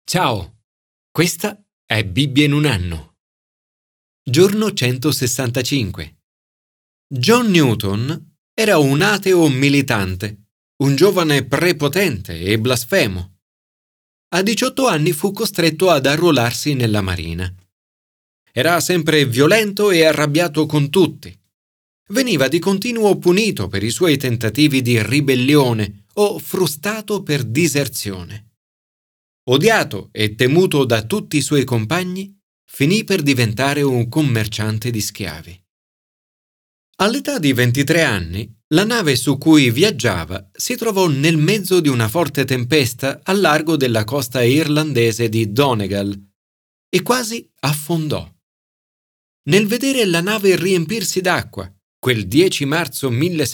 Ciao, questa è Bibbia in un anno. Giorno 165. John Newton era un ateo militante, un giovane prepotente e blasfemo. A 18 anni fu costretto ad arruolarsi nella marina. Era sempre violento e arrabbiato con tutti. Veniva di continuo punito per i suoi tentativi di ribellione o frustato per diserzione. Odiato e temuto da tutti i suoi compagni, finì per diventare un commerciante di schiavi. All'età di 23 anni, la nave su cui viaggiava si trovò nel mezzo di una forte tempesta al largo della costa irlandese di Donegal e quasi affondò. Nel vedere la nave riempirsi d'acqua, quel 10 marzo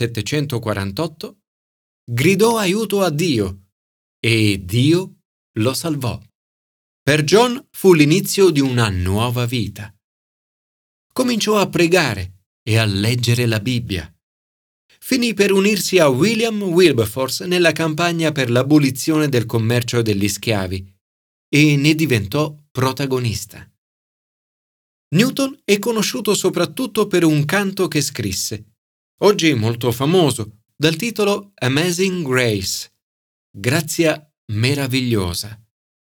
1748, gridò aiuto a Dio e Dio lo salvò. Per John fu l'inizio di una nuova vita. Cominciò a pregare e a leggere la Bibbia. Finì per unirsi a William Wilberforce nella campagna per l'abolizione del commercio degli schiavi e ne diventò protagonista. Newton è conosciuto soprattutto per un canto che scrisse, oggi molto famoso, dal titolo Amazing Grace, Grazia meravigliosa.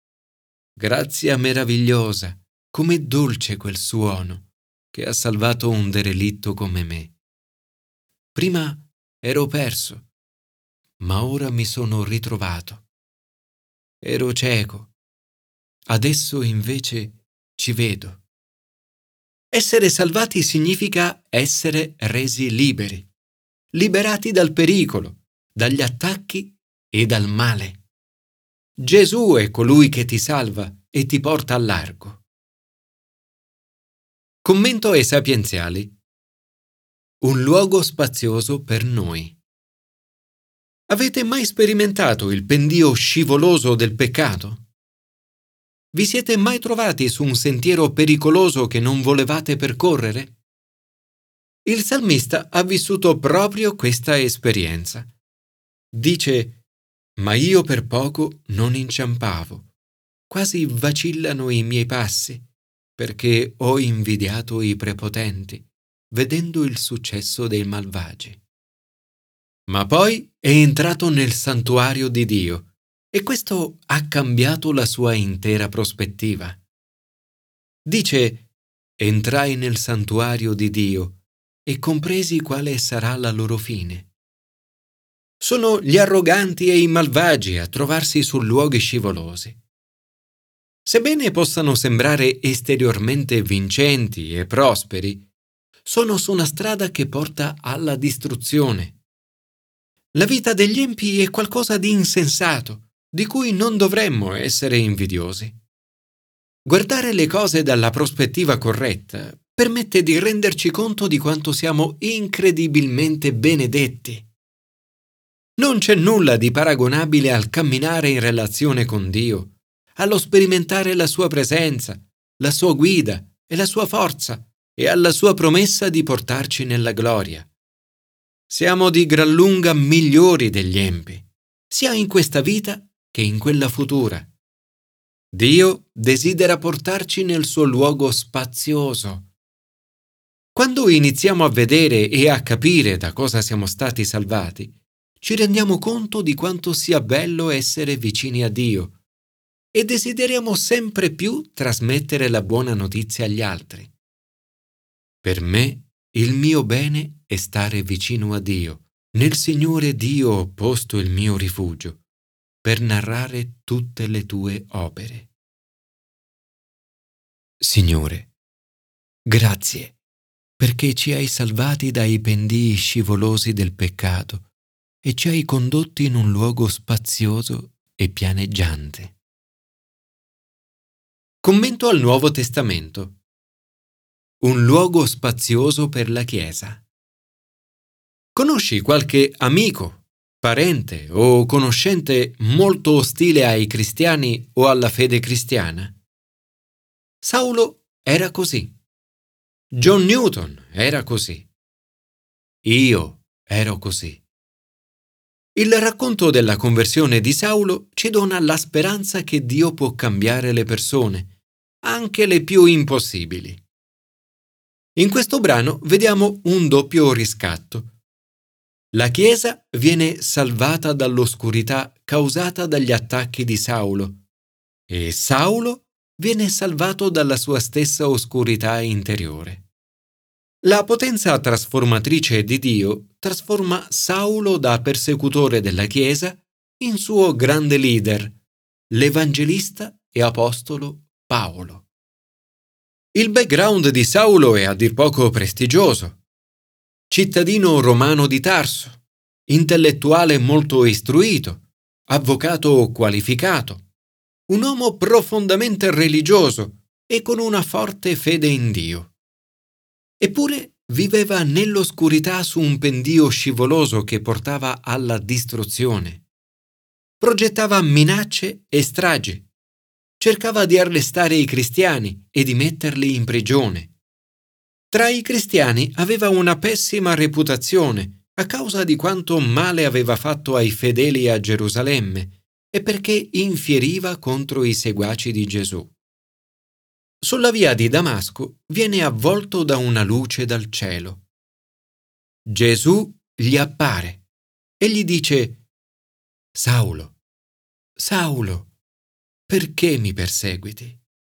Grazia meravigliosa, com'è dolce quel suono che ha salvato un derelitto come me. Prima ero perso, ma ora mi sono ritrovato. Ero cieco, adesso invece ci vedo. Essere salvati significa essere resi liberi, liberati dal pericolo, dagli attacchi e dal male. Gesù è colui che ti salva e ti porta al largo. Commento ai sapienziali. Un luogo spazioso per noi. Avete mai sperimentato il pendio scivoloso del peccato? Vi siete mai trovati su un sentiero pericoloso che non volevate percorrere? Il salmista ha vissuto proprio questa esperienza. Dice: ma io per poco non inciampavo, quasi vacillano i miei passi, perché ho invidiato i prepotenti, vedendo il successo dei malvagi. Ma poi è entrato nel santuario di Dio e questo ha cambiato la sua intera prospettiva. Dice: entrai nel santuario di Dio e compresi quale sarà la loro fine. Sono gli arroganti e i malvagi a trovarsi su luoghi scivolosi. Sebbene possano sembrare esteriormente vincenti e prosperi, sono su una strada che porta alla distruzione. La vita degli empi è qualcosa di insensato, di cui non dovremmo essere invidiosi. Guardare le cose dalla prospettiva corretta permette di renderci conto di quanto siamo incredibilmente benedetti. Non c'è nulla di paragonabile al camminare in relazione con Dio, allo sperimentare la sua presenza, la sua guida e la sua forza e alla sua promessa di portarci nella gloria. Siamo di gran lunga migliori degli empi, sia in questa vita che in quella futura. Dio desidera portarci nel suo luogo spazioso. Quando iniziamo a vedere e a capire da cosa siamo stati salvati, ci rendiamo conto di quanto sia bello essere vicini a Dio e desideriamo sempre più trasmettere la buona notizia agli altri. Per me, il mio bene è stare vicino a Dio. Nel Signore Dio ho posto il mio rifugio, per narrare tutte le tue opere. Signore, grazie, perché ci hai salvati dai pendii scivolosi del peccato e ci hai condotti in un luogo spazioso e pianeggiante. Commento al Nuovo Testamento. Un luogo spazioso per la Chiesa. Conosci qualche amico, parente o conoscente molto ostile ai cristiani o alla fede cristiana? Saulo era così. John Newton era così. Io ero così. Il racconto della conversione di Saulo ci dona la speranza che Dio può cambiare le persone, anche le più impossibili. In questo brano vediamo un doppio riscatto. La Chiesa viene salvata dall'oscurità causata dagli attacchi di Saulo e Saulo viene salvato dalla sua stessa oscurità interiore. La potenza trasformatrice di Dio trasforma Saulo da persecutore della Chiesa in suo grande leader, l'evangelista e apostolo Paolo. Il background di Saulo è a dir poco prestigioso. Cittadino romano di Tarso, intellettuale molto istruito, avvocato qualificato, un uomo profondamente religioso e con una forte fede in Dio. Eppure viveva nell'oscurità su un pendio scivoloso che portava alla distruzione. Progettava minacce e stragi. Cercava di arrestare i cristiani e di metterli in prigione. Tra i cristiani aveva una pessima reputazione a causa di quanto male aveva fatto ai fedeli a Gerusalemme e perché infieriva contro i seguaci di Gesù. Sulla via di Damasco viene avvolto da una luce dal cielo. Gesù gli appare e gli dice: Saulo, Saulo, perché mi perseguiti?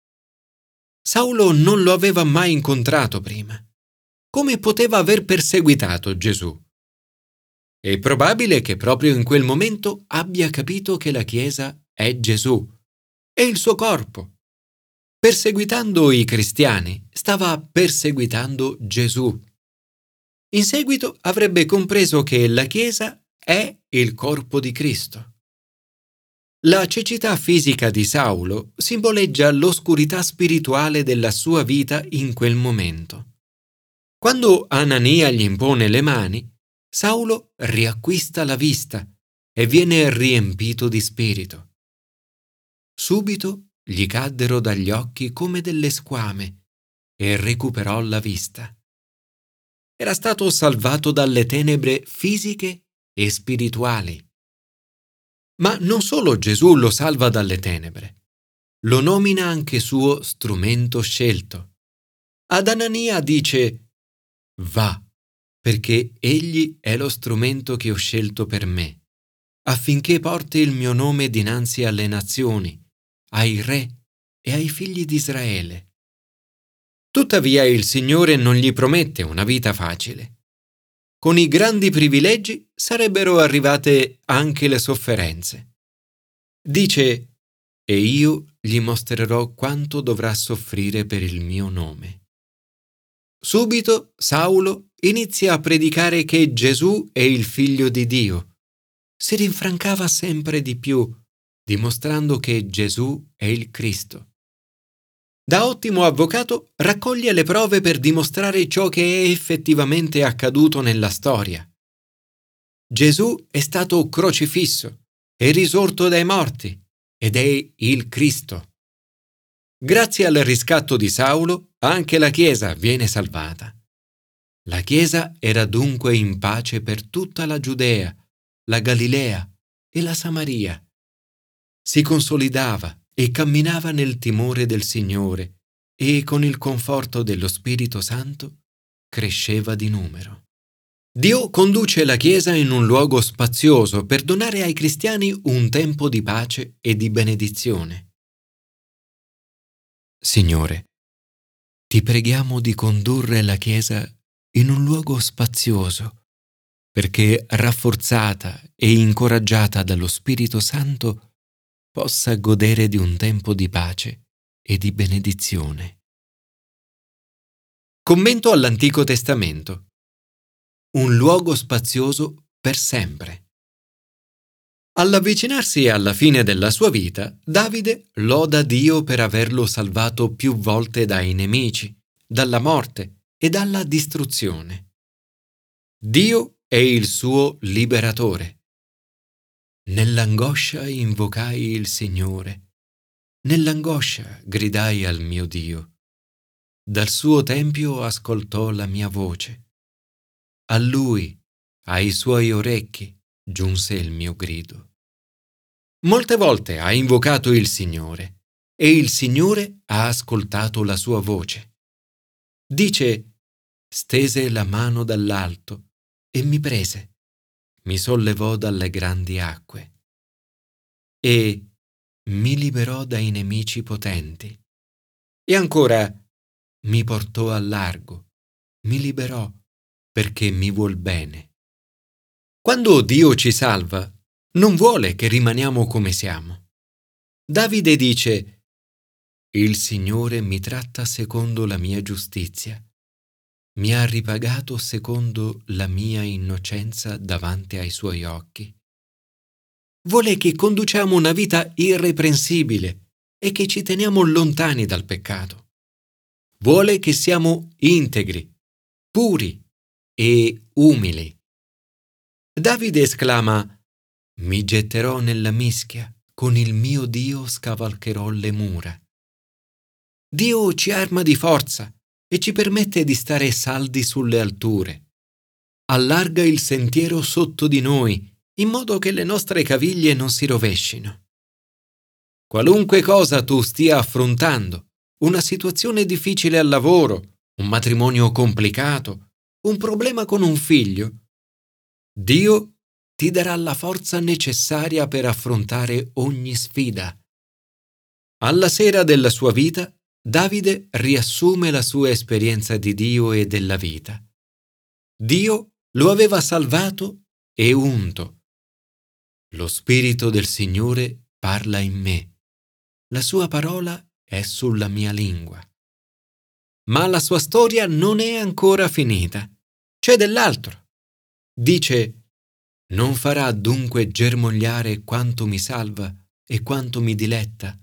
Saulo non lo aveva mai incontrato prima. Come poteva aver perseguitato Gesù? È probabile che proprio in quel momento abbia capito che la Chiesa è Gesù, è il suo corpo. Perseguitando i cristiani, stava perseguitando Gesù. In seguito avrebbe compreso che la Chiesa è il corpo di Cristo. La cecità fisica di Saulo simboleggia l'oscurità spirituale della sua vita in quel momento. Quando Anania gli impone le mani, Saulo riacquista la vista e viene riempito di spirito. Subito gli caddero dagli occhi come delle squame e recuperò la vista. Era stato salvato dalle tenebre fisiche e spirituali. Ma non solo Gesù lo salva dalle tenebre, lo nomina anche suo strumento scelto. Ad Anania dice: va, perché egli è lo strumento che ho scelto per me, affinché porti il mio nome dinanzi alle nazioni, ai re e ai figli di Israele. Tuttavia il Signore non gli promette una vita facile. Con i grandi privilegi sarebbero arrivate anche le sofferenze. Dice: e io gli mostrerò quanto dovrà soffrire per il mio nome. Subito Saulo inizia a predicare che Gesù è il Figlio di Dio. Si rinfrancava sempre di più, dimostrando che Gesù è il Cristo. Da ottimo avvocato raccoglie le prove per dimostrare ciò che è effettivamente accaduto nella storia. Gesù è stato crocifisso, è risorto dai morti ed è il Cristo. Grazie al riscatto di Saulo, anche la Chiesa viene salvata. La Chiesa era dunque in pace per tutta la Giudea, la Galilea e la Samaria. Si consolidava e camminava nel timore del Signore e con il conforto dello Spirito Santo cresceva di numero. Dio conduce la Chiesa in un luogo spazioso per donare ai cristiani un tempo di pace e di benedizione. Signore, ti preghiamo di condurre la Chiesa in un luogo spazioso, perché rafforzata e incoraggiata dallo Spirito Santo possa godere di un tempo di pace e di benedizione. Commento all'Antico Testamento. Un luogo spazioso per sempre. All'avvicinarsi alla fine della sua vita, Davide loda Dio per averlo salvato più volte dai nemici, dalla morte e dalla distruzione. Dio è il suo liberatore. Nell'angoscia invocai il Signore. Nell'angoscia gridai al mio Dio. Dal suo tempio ascoltò la mia voce. A Lui, ai suoi orecchi, giunse il mio grido. Molte volte ha invocato il Signore e il Signore ha ascoltato la sua voce. Dice, stese la mano dall'alto e mi prese, mi sollevò dalle grandi acque e mi liberò dai nemici potenti. E ancora mi portò al largo, mi liberò perché mi vuol bene. Quando Dio ci salva, non vuole che rimaniamo come siamo. Davide dice: «Il Signore mi tratta secondo la mia giustizia. Mi ha ripagato secondo la mia innocenza davanti ai suoi occhi». Vuole che conduciamo una vita irreprensibile e che ci teniamo lontani dal peccato. Vuole che siamo integri, puri e umili. Davide esclama: «Mi getterò nella mischia, con il mio Dio scavalcherò le mura». Dio ci arma di forza e ci permette di stare saldi sulle alture. Allarga il sentiero sotto di noi, in modo che le nostre caviglie non si rovescino. Qualunque cosa tu stia affrontando, una situazione difficile al lavoro, un matrimonio complicato, un problema con un figlio, Dio ti darà la forza necessaria per affrontare ogni sfida. Alla sera della sua vita, Davide riassume la sua esperienza di Dio e della vita. Dio lo aveva salvato e unto. Lo Spirito del Signore parla in me. La sua parola è sulla mia lingua. Ma la sua storia non è ancora finita. C'è dell'altro. Dice: «Non farà dunque germogliare quanto mi salva e quanto mi diletta».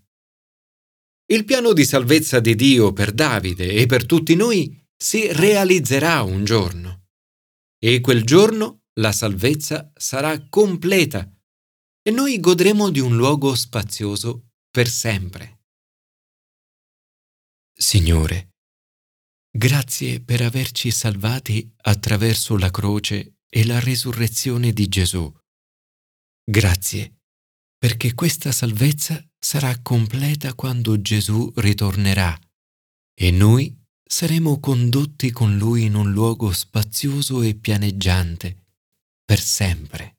Il piano di salvezza di Dio per Davide e per tutti noi si realizzerà un giorno. E quel giorno la salvezza sarà completa e noi godremo di un luogo spazioso per sempre. Signore, grazie per averci salvati attraverso la croce e la risurrezione di Gesù. Grazie, perché questa salvezza sarà completa quando Gesù ritornerà e noi saremo condotti con Lui in un luogo spazioso e pianeggiante per sempre.